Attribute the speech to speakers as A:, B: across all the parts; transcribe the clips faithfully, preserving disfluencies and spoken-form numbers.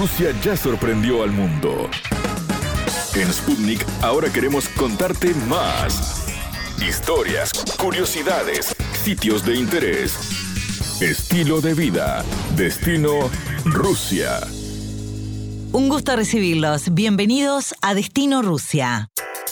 A: Rusia ya sorprendió al mundo. En Sputnik ahora queremos contarte más. Historias, curiosidades, sitios de interés, estilo de vida, destino Rusia.
B: Un gusto recibirlos. Bienvenidos a Destino Rusia.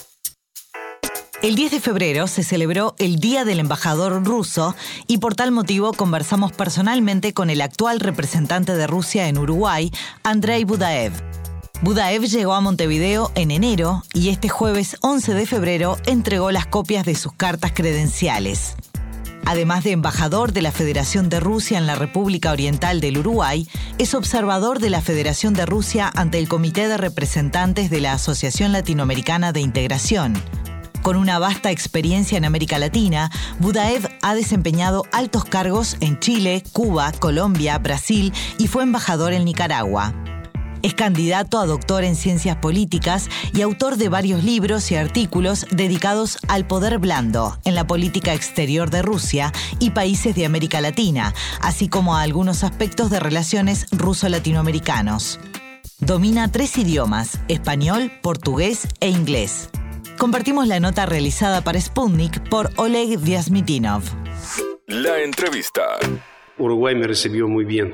B: El diez de febrero se celebró el Día del Embajador Ruso y por tal motivo conversamos personalmente con el actual representante de Rusia en Uruguay, Andrei Budaev. Budaev llegó a Montevideo en enero y este jueves once de febrero entregó las copias de sus cartas credenciales. Además de embajador de la Federación de Rusia en la República Oriental del Uruguay, es observador de la Federación de Rusia ante el Comité de Representantes de la Asociación Latinoamericana de Integración. Con una vasta experiencia en América Latina, Budaev ha desempeñado altos cargos en Chile, Cuba, Colombia, Brasil y fue embajador en Nicaragua. Es candidato a doctor en Ciencias Políticas y autor de varios libros y artículos dedicados al poder blando en la política exterior de Rusia y países de América Latina, así como a algunos aspectos de relaciones ruso-latinoamericanos. Domina tres idiomas: español, portugués e inglés. Compartimos la nota realizada para Sputnik por Oleg Vyazmitinov.
A: La entrevista.
C: Uruguay me recibió muy bien.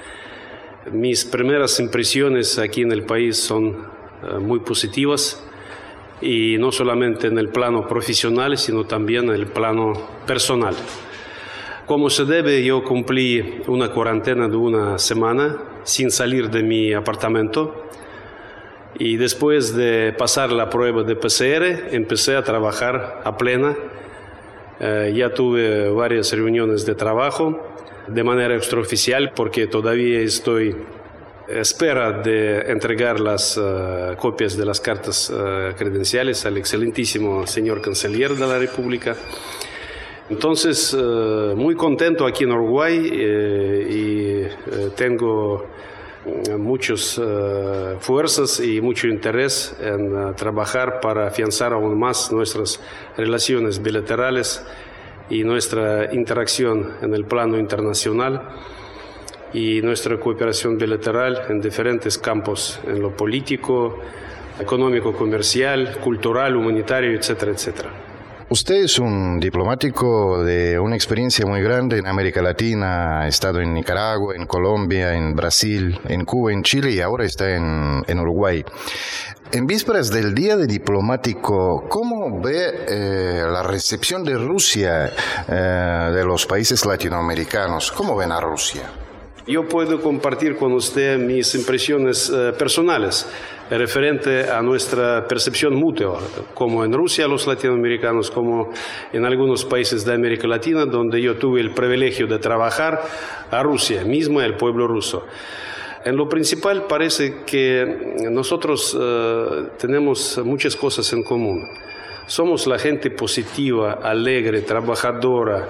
C: Mis primeras impresiones aquí en el país son uh, muy positivas, y no solamente en el plano profesional, sino también en el plano personal. Como se debe, yo cumplí una cuarentena de una semana sin salir de mi apartamento. Y después de pasar la prueba de P C R, empecé a trabajar a plena. Eh, ya tuve varias reuniones de trabajo de manera extraoficial, porque todavía estoy a espera de entregar las uh, copias de las cartas uh, credenciales al excelentísimo señor canciller de la República. Entonces, uh, muy contento aquí en Uruguay eh, y eh, tengo muchas uh, fuerzas y mucho interés en uh, trabajar para afianzar aún más nuestras relaciones bilaterales y nuestra interacción en el plano internacional y nuestra cooperación bilateral en diferentes campos, en lo político, económico, comercial, cultural, humanitario, etcétera, etcétera.
D: Usted es un diplomático de una experiencia muy grande en América Latina, ha estado en Nicaragua, en Colombia, en Brasil, en Cuba, en Chile y ahora está en, en Uruguay. En vísperas del Día de Diplomático, ¿cómo ve eh, la recepción de Rusia eh, de los países latinoamericanos? ¿Cómo ven a Rusia?
C: Yo puedo compartir con usted mis impresiones eh, personales referente a nuestra percepción mutua, como en Rusia los latinoamericanos, como en algunos países de América Latina, donde yo tuve el privilegio de trabajar a Rusia, mismo el pueblo ruso. En lo principal parece que nosotros uh, tenemos muchas cosas en común. Somos la gente positiva, alegre, trabajadora,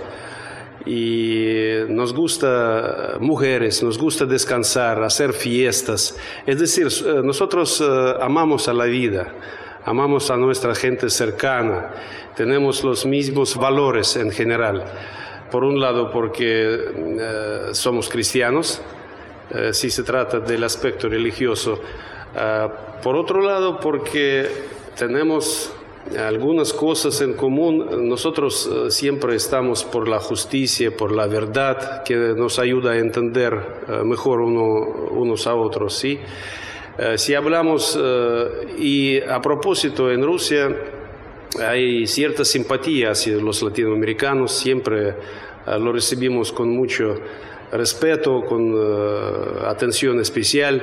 C: y nos gusta mujeres, nos gusta descansar, hacer fiestas. Es decir, nosotros uh, amamos a la vida, amamos a nuestra gente cercana, tenemos los mismos valores en general. Por un lado porque uh, somos cristianos, uh, si se trata del aspecto religioso. Uh, por otro lado porque tenemos algunas cosas en común. Nosotros uh, siempre estamos por la justicia, por la verdad, que nos ayuda a entender uh, mejor uno, unos a otros, ¿sí? Uh, si hablamos, uh, y a propósito, en Rusia hay cierta simpatía hacia los latinoamericanos, siempre uh, lo recibimos con mucho respeto, con uh, atención especial.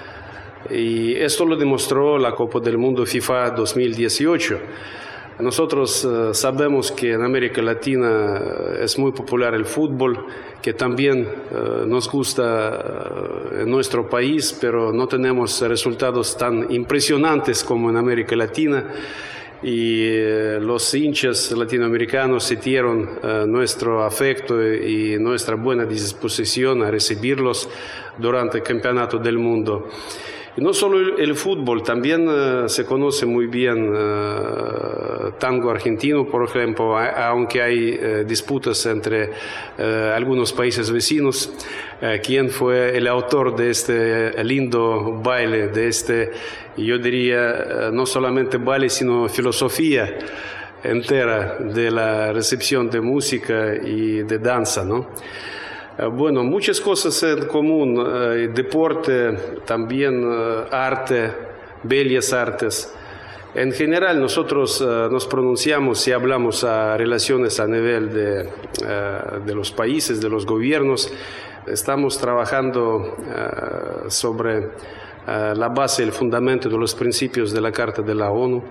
C: Y esto lo demostró la Copa del Mundo FIFA dos mil dieciocho. Nosotros uh, sabemos que en América Latina es muy popular el fútbol, que también uh, nos gusta uh, en nuestro país, pero no tenemos resultados tan impresionantes como en América Latina. Y uh, los hinchas latinoamericanos sintieron uh, nuestro afecto y nuestra buena disposición a recibirlos durante el Campeonato del Mundo. Y no solo el, el fútbol, también uh, se conoce muy bien uh, tango argentino, por ejemplo, a, aunque hay uh, disputas entre uh, algunos países vecinos. Uh, ¿Quién fue el autor de este lindo baile, de este, yo diría, uh, no solamente baile, sino filosofía entera de la recepción de música y de danza, ¿no? Bueno, muchas cosas en común, eh, deporte, también eh, arte, bellas artes. En general nosotros eh, nos pronunciamos y hablamos a relaciones a nivel de, eh, de los países, de los gobiernos. Estamos trabajando eh, sobre eh, la base, el fundamento de los principios de la Carta de la ONU.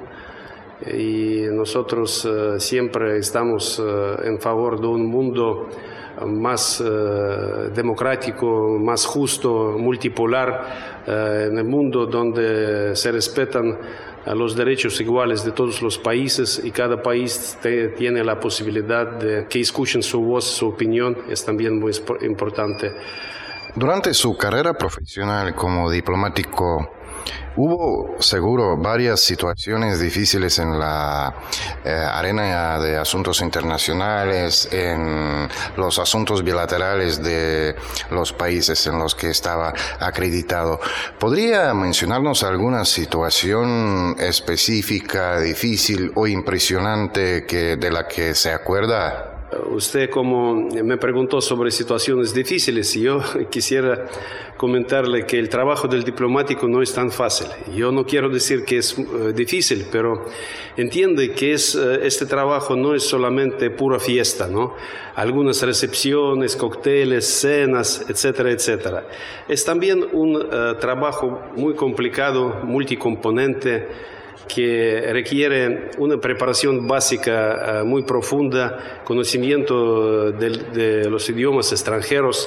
C: Y nosotros uh, siempre estamos uh, en favor de un mundo más uh, democrático, más justo, multipolar, uh, en el mundo donde se respetan uh, los derechos iguales de todos los países y cada país te, tiene la posibilidad de que escuchen su voz, su opinión, es también muy importante.
D: Durante su carrera profesional como diplomático, hubo seguro varias situaciones difíciles en la eh, arena de asuntos internacionales, en los asuntos bilaterales de los países en los que estaba acreditado. ¿Podría mencionarnos alguna situación específica, difícil o impresionante que, de la que se acuerda?
C: Usted como me preguntó sobre situaciones difíciles, y yo quisiera comentarle que el trabajo del diplomático no es tan fácil. Yo no quiero decir que es uh, difícil, pero entiende que es, uh, este trabajo no es solamente pura fiesta, ¿no? Algunas recepciones, cócteles, cenas, etcétera, etcétera. Es también un uh, trabajo muy complicado, multicomponente, que requiere una preparación básica uh, muy profunda, conocimiento de, de los idiomas extranjeros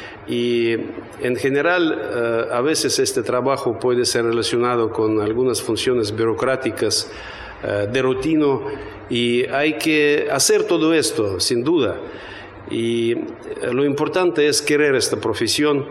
C: y en general uh, a veces este trabajo puede ser relacionado con algunas funciones burocráticas uh, de rutina y hay que hacer todo esto sin duda y lo importante es querer esta profesión.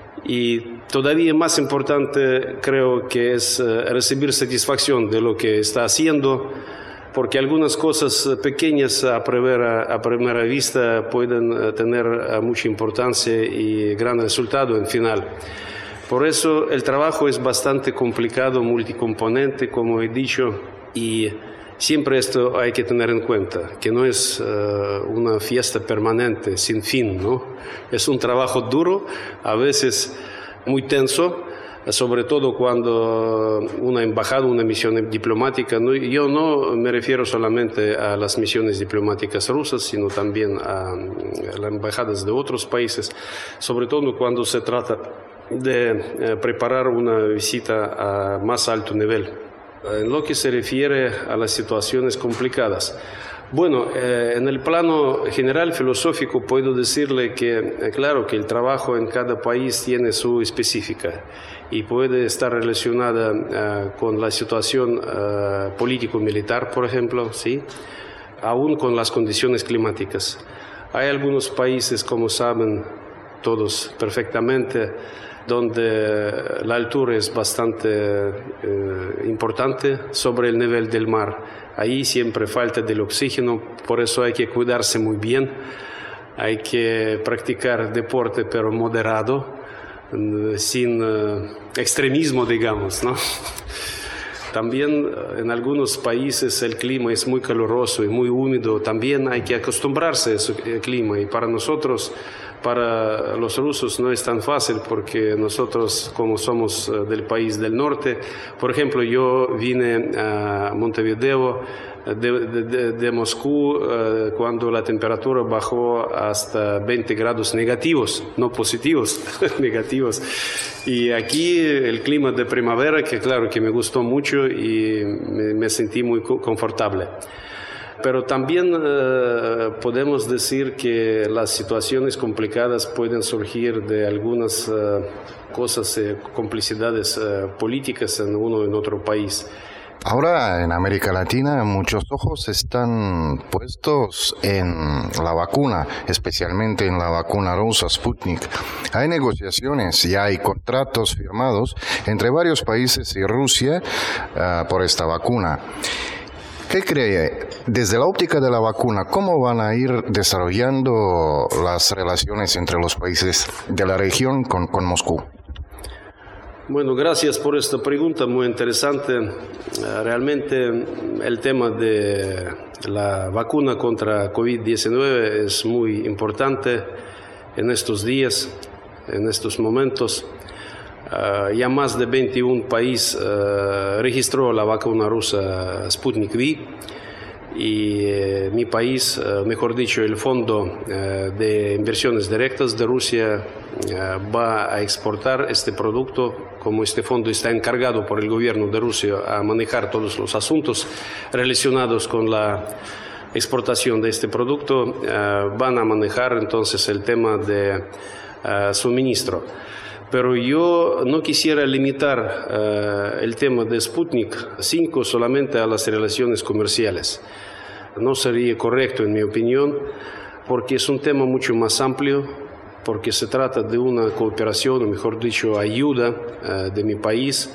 C: Y todavía más importante creo que es uh, recibir satisfacción de lo que está haciendo, porque algunas cosas pequeñas a primera, a primera vista pueden uh, tener uh, mucha importancia y gran resultado en final. Por eso el trabajo es bastante complicado, multicomponente, como he dicho, y siempre esto hay que tener en cuenta, que no es uh, una fiesta permanente, sin fin, ¿no? Es un trabajo duro, a veces muy tenso, sobre todo cuando una embajada, una misión diplomática, ¿no? Yo no me refiero solamente a las misiones diplomáticas rusas, sino también a, a las embajadas de otros países, sobre todo cuando se trata de eh, preparar una visita a más alto nivel. En lo que se refiere a las situaciones complicadas, bueno, eh, en el plano general filosófico puedo decirle que, eh, claro, que el trabajo en cada país tiene su específica y puede estar relacionada eh, con la situación eh, político-militar, por ejemplo, ¿sí? Aún con las condiciones climáticas. Hay algunos países, como saben todos perfectamente, donde la altura es bastante eh, importante sobre el nivel del mar. Ahí siempre falta del oxígeno, por eso hay que cuidarse muy bien. Hay que practicar deporte, pero moderado, sin eh, extremismo, digamos, ¿no? También en algunos países el clima es muy caluroso y muy húmedo. También hay que acostumbrarse a ese clima y para nosotros, para los rusos no es tan fácil porque nosotros como somos del país del norte, por ejemplo yo vine a Montevideo de, de, de Moscú uh, cuando la temperatura bajó hasta veinte grados negativos, no positivos, negativos. Y aquí el clima de primavera, que claro que me gustó mucho y me, me sentí muy confortable. Pero también uh, podemos decir que las situaciones complicadas pueden surgir de algunas uh, cosas, eh, complicidades uh, políticas en uno o en otro país.
D: Ahora en América Latina muchos ojos están puestos en la vacuna, especialmente en la vacuna rusa Sputnik. Hay negociaciones y hay contratos firmados entre varios países y Rusia uh, por esta vacuna. ¿Qué cree, desde la óptica de la vacuna, cómo van a ir desarrollando las relaciones entre los países de la región con, con Moscú?
C: Bueno, gracias por esta pregunta muy interesante. Realmente el tema de la vacuna contra COVID diecinueve es muy importante en estos días, en estos momentos. Uh, ya más de veintiún países uh, registró la vacuna rusa Sputnik V y eh, mi país, uh, mejor dicho, el Fondo uh, de Inversiones Directas de Rusia uh, va a exportar este producto. Como este fondo está encargado por el gobierno de Rusia a manejar todos los asuntos relacionados con la exportación de este producto, uh, van a manejar entonces el tema de uh, suministro. Pero yo no quisiera limitar uh, el tema de Sputnik cinco solamente a las relaciones comerciales. No sería correcto, en mi opinión, porque es un tema mucho más amplio, porque se trata de una cooperación, o mejor dicho, ayuda uh, de mi país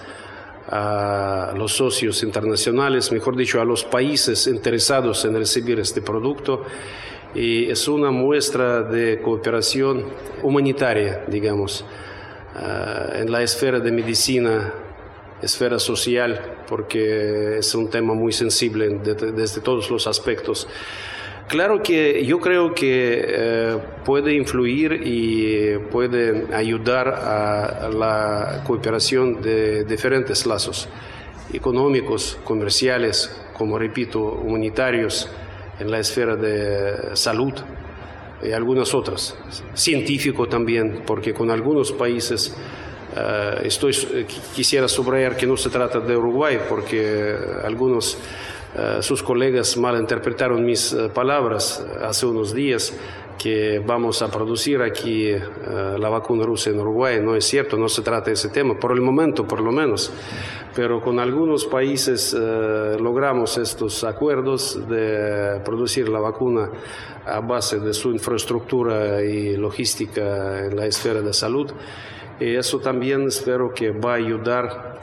C: a los socios internacionales, mejor dicho, a los países interesados en recibir este producto. Y es una muestra de cooperación humanitaria, digamos, Uh, en la esfera de medicina, esfera social, porque es un tema muy sensible de, de, desde todos los aspectos. Claro que yo creo que uh, puede influir y puede ayudar a, a la cooperación de diferentes lazos económicos, comerciales, como repito, humanitarios, en la esfera de salud y algunas otras, científico también, porque con algunos países uh, estoy, quisiera subrayar que no se trata de Uruguay, porque algunos uh, sus colegas malinterpretaron mis uh, palabras hace unos días, que vamos a producir aquí uh, la vacuna rusa en Uruguay. No es cierto, no se trata de ese tema, por el momento por lo menos. Pero con algunos países uh, logramos estos acuerdos de producir la vacuna a base de su infraestructura y logística en la esfera de salud. Y eso también espero que va a ayudar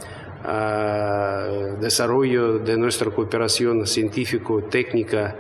C: al desarrollo de nuestra cooperación científico-técnica,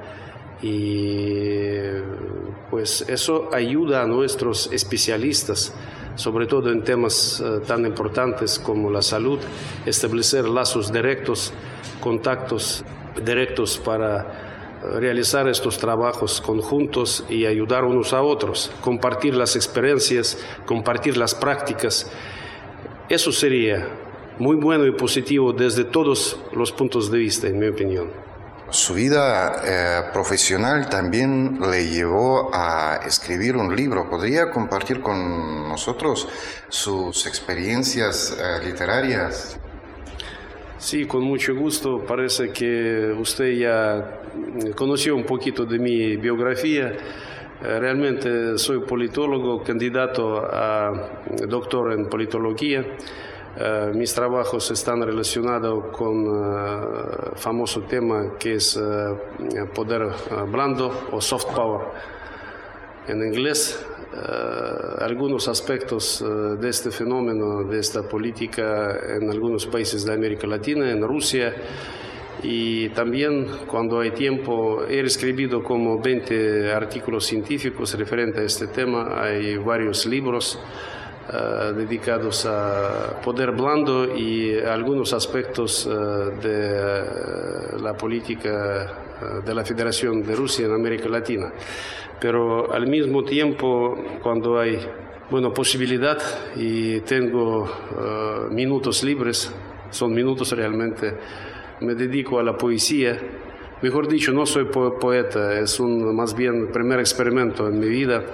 C: y pues eso ayuda a nuestros especialistas, sobre todo en temas uh, tan importantes como la salud, establecer lazos directos, contactos directos para realizar estos trabajos conjuntos y ayudar unos a otros, compartir las experiencias, compartir las prácticas. Eso sería muy bueno y positivo desde todos los puntos de vista, en mi opinión.
D: Su vida eh, profesional también le llevó a escribir un libro. ¿Podría compartir con nosotros sus experiencias eh, literarias?
C: Sí, con mucho gusto. Parece que usted ya conoció un poquito de mi biografía. Realmente soy politólogo, candidato a doctor en politología. Uh, mis trabajos están relacionados con el uh, famoso tema que es uh, poder uh, blando o soft power en inglés. Uh, algunos aspectos uh, de este fenómeno, de esta política en algunos países de América Latina, en Rusia, y también cuando hay tiempo he escrito como veinte artículos científicos referentes a este tema. Hay varios libros Uh, dedicados a poder blando y algunos aspectos uh, de uh, la política uh, de la Federación de Rusia en América Latina. Pero al mismo tiempo, cuando hay bueno, posibilidad y tengo uh, minutos libres, son minutos realmente, me dedico a la poesía. Mejor dicho, no soy po poeta, es un más bien primer experimento en mi vida.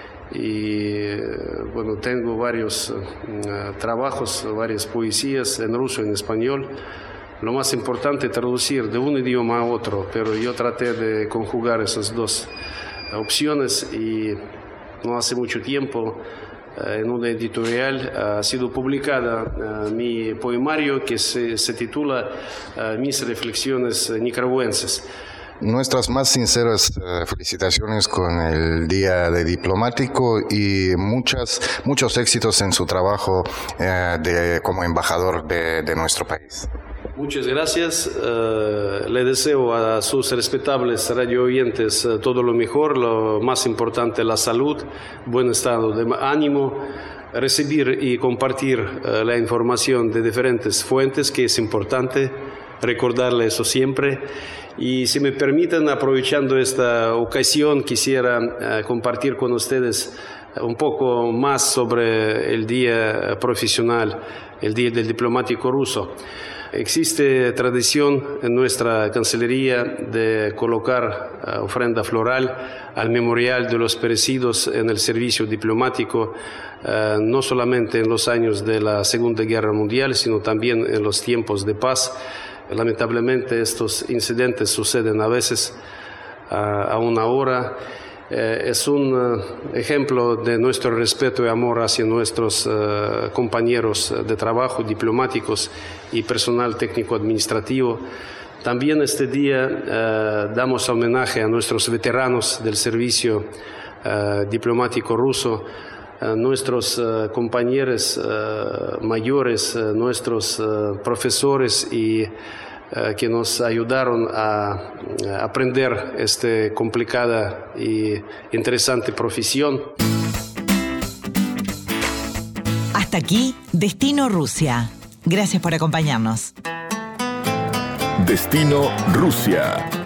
C: Y bueno, tengo varios uh, trabajos, varias poesías en ruso y en español. Lo más importante es traducir de un idioma a otro, pero yo traté de conjugar esas dos opciones y no hace mucho tiempo en una editorial ha sido publicada mi poemario que se, se titula Mis reflexiones nicaragüenses.
D: Nuestras más sinceras uh, felicitaciones con el Día de Diplomático y muchas, muchos éxitos en su trabajo uh, de, como embajador de, de nuestro país.
C: Muchas gracias. Uh, le deseo a sus respetables radio oyentes uh, todo lo mejor, lo más importante, la salud, buen estado de ánimo, recibir y compartir uh, la información de diferentes fuentes, que es importante recordarle eso siempre. Y si me permiten, aprovechando esta ocasión, quisiera uh, compartir con ustedes un poco más sobre el Día Profesional, el Día del Diplomático Ruso. Existe tradición en nuestra Cancillería de colocar uh, ofrenda floral al memorial de los perecidos en el servicio diplomático, uh, no solamente en los años de la Segunda Guerra Mundial, sino también en los tiempos de paz. Lamentablemente estos incidentes suceden a veces uh, a una hora. Eh, es un uh, ejemplo de nuestro respeto y amor hacia nuestros uh, compañeros de trabajo, diplomáticos y personal técnico-administrativo. También este día uh, damos homenaje a nuestros veteranos del servicio uh, diplomático ruso, uh, nuestros uh, compañeros uh, mayores, uh, nuestros uh, profesores y que nos ayudaron a aprender esta complicada y interesante profesión.
B: Hasta aquí, Destino Rusia. Gracias por acompañarnos.
A: Destino Rusia.